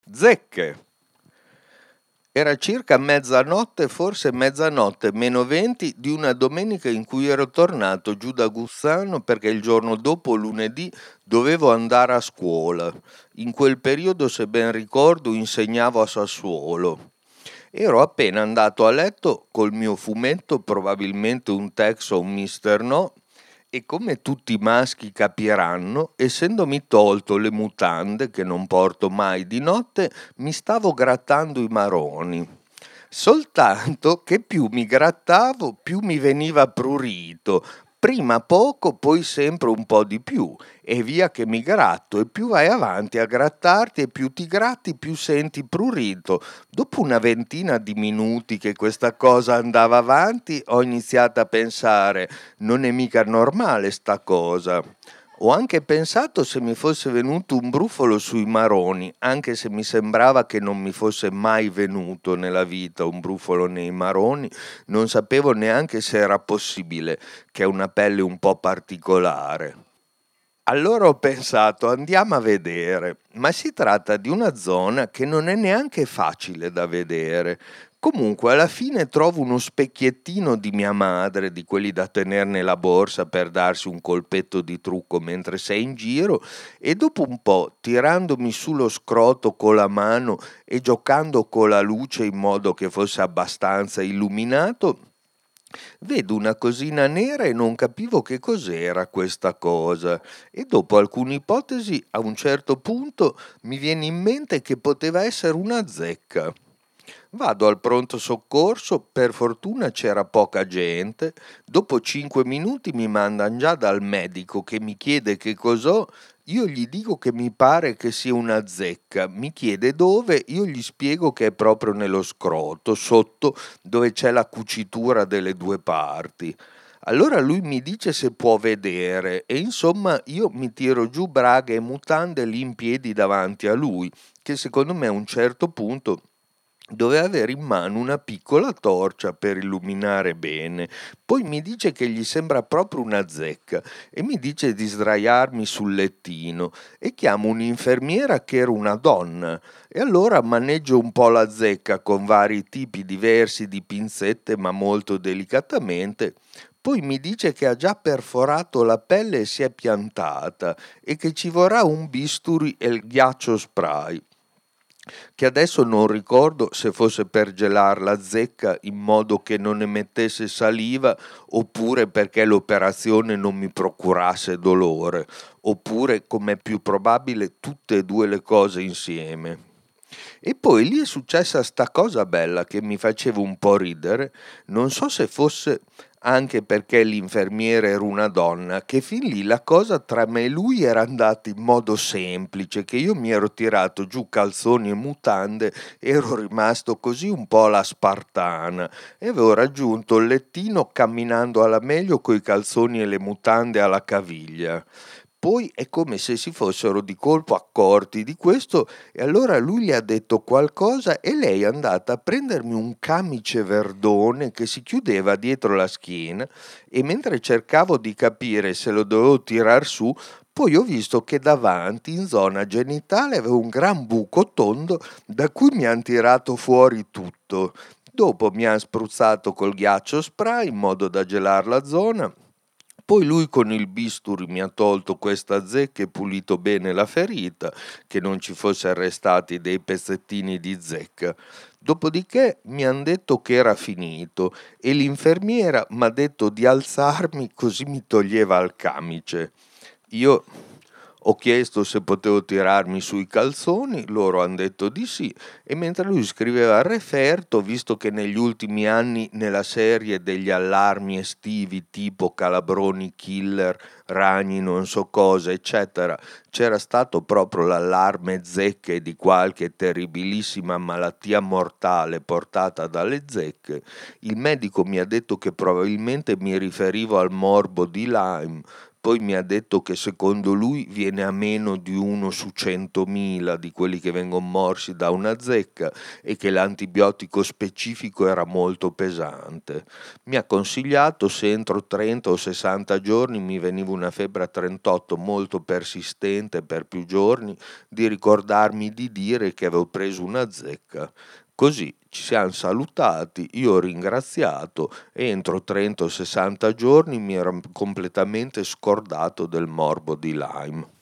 Zecche. Era circa mezzanotte, forse mezzanotte meno 20 di una domenica in cui ero tornato giù da Guzzano perché il giorno dopo, lunedì, dovevo andare a scuola. In quel periodo, se ben ricordo, insegnavo a Sassuolo. Ero appena andato a letto col mio fumetto, probabilmente un Tex o un Mister No, e come tutti i maschi capiranno, essendomi tolto le mutande che non porto mai di notte, mi stavo grattando i maroni. Soltanto che più mi grattavo, più mi veniva prurito. Prima poco, poi sempre un po' di più, e via che mi gratto, e più vai avanti a grattarti, e più ti gratti, più senti prurito. Dopo una ventina di minuti che questa cosa andava avanti, ho iniziato a pensare: non è mica normale sta cosa. Ho anche pensato se mi fosse venuto un brufolo sui maroni, anche se mi sembrava che non mi fosse mai venuto nella vita un brufolo nei maroni, non sapevo neanche se era possibile, che è una pelle un po' particolare. Allora ho pensato, andiamo a vedere, ma si tratta di una zona che non è neanche facile da vedere. Comunque alla fine trovo uno specchiettino di mia madre, di quelli da tenere nella borsa per darsi un colpetto di trucco mentre sei in giro, e dopo un po', tirandomi sullo scroto con la mano e giocando con la luce in modo che fosse abbastanza illuminato, vedo una cosina nera e non capivo che cos'era questa cosa, e dopo alcune ipotesi a un certo punto mi viene in mente che poteva essere una zecca. Vado al pronto soccorso, per fortuna c'era poca gente, dopo 5 minuti mi mandano già dal medico che mi chiede che cos'ho, io gli dico che mi pare che sia una zecca, mi chiede dove, io gli spiego che è proprio nello scroto, sotto dove c'è la cucitura delle due parti. Allora lui mi dice se può vedere e insomma io mi tiro giù braghe e mutande lì in piedi davanti a lui, che secondo me a un certo punto doveva avere in mano una piccola torcia per illuminare bene. Poi mi dice che gli sembra proprio una zecca e mi dice di sdraiarmi sul lettino e chiamo un'infermiera che era una donna e allora maneggio un po' la zecca con vari tipi diversi di pinzette ma molto delicatamente. Poi mi dice che ha già perforato la pelle e si è piantata e che ci vorrà un bisturi e il ghiaccio spray, che adesso non ricordo se fosse per gelar la zecca in modo che non emettesse saliva oppure perché l'operazione non mi procurasse dolore, oppure, come è più probabile, tutte e due le cose insieme. E poi lì è successa sta cosa bella che mi faceva un po' ridere, non so se fosse anche perché l'infermiera era una donna, che fin lì la cosa tra me e lui era andata in modo semplice, che io mi ero tirato giù calzoni e mutande, ero rimasto così un po' alla spartana e avevo raggiunto il lettino camminando alla meglio coi calzoni e le mutande alla caviglia. Poi è come se si fossero di colpo accorti di questo e allora lui le ha detto qualcosa e lei è andata a prendermi un camice verdone che si chiudeva dietro la schiena e mentre cercavo di capire se lo dovevo tirar su, poi ho visto che davanti in zona genitale avevo un gran buco tondo da cui mi han tirato fuori tutto. Dopo mi ha spruzzato col ghiaccio spray in modo da gelar la zona. Poi lui con il bisturi mi ha tolto questa zecca e pulito bene la ferita, che non ci fosse arrestati dei pezzettini di zecca. Dopodiché mi han detto che era finito e l'infermiera m'ha detto di alzarmi così mi toglieva il camice. Io ho chiesto se potevo tirarmi sui calzoni, loro han detto di sì e mentre lui scriveva il referto, visto che negli ultimi anni nella serie degli allarmi estivi tipo Calabroni Killer, Ragni non so cosa eccetera, c'era stato proprio l'allarme zecche di qualche terribilissima malattia mortale portata dalle zecche, il medico mi ha detto che probabilmente mi riferivo al morbo di Lyme, Poi mi ha detto che secondo lui viene a meno di 1 su 100.000 di quelli che vengono morsi da una zecca e che l'antibiotico specifico era molto pesante. Mi ha consigliato, se entro 30 o 60 giorni mi veniva una febbre a 38 molto persistente per più giorni, di ricordarmi di dire che avevo preso una zecca. Così ci siamo salutati, io ho ringraziato e entro 30 o 60 giorni mi ero completamente scordato del morbo di Lyme.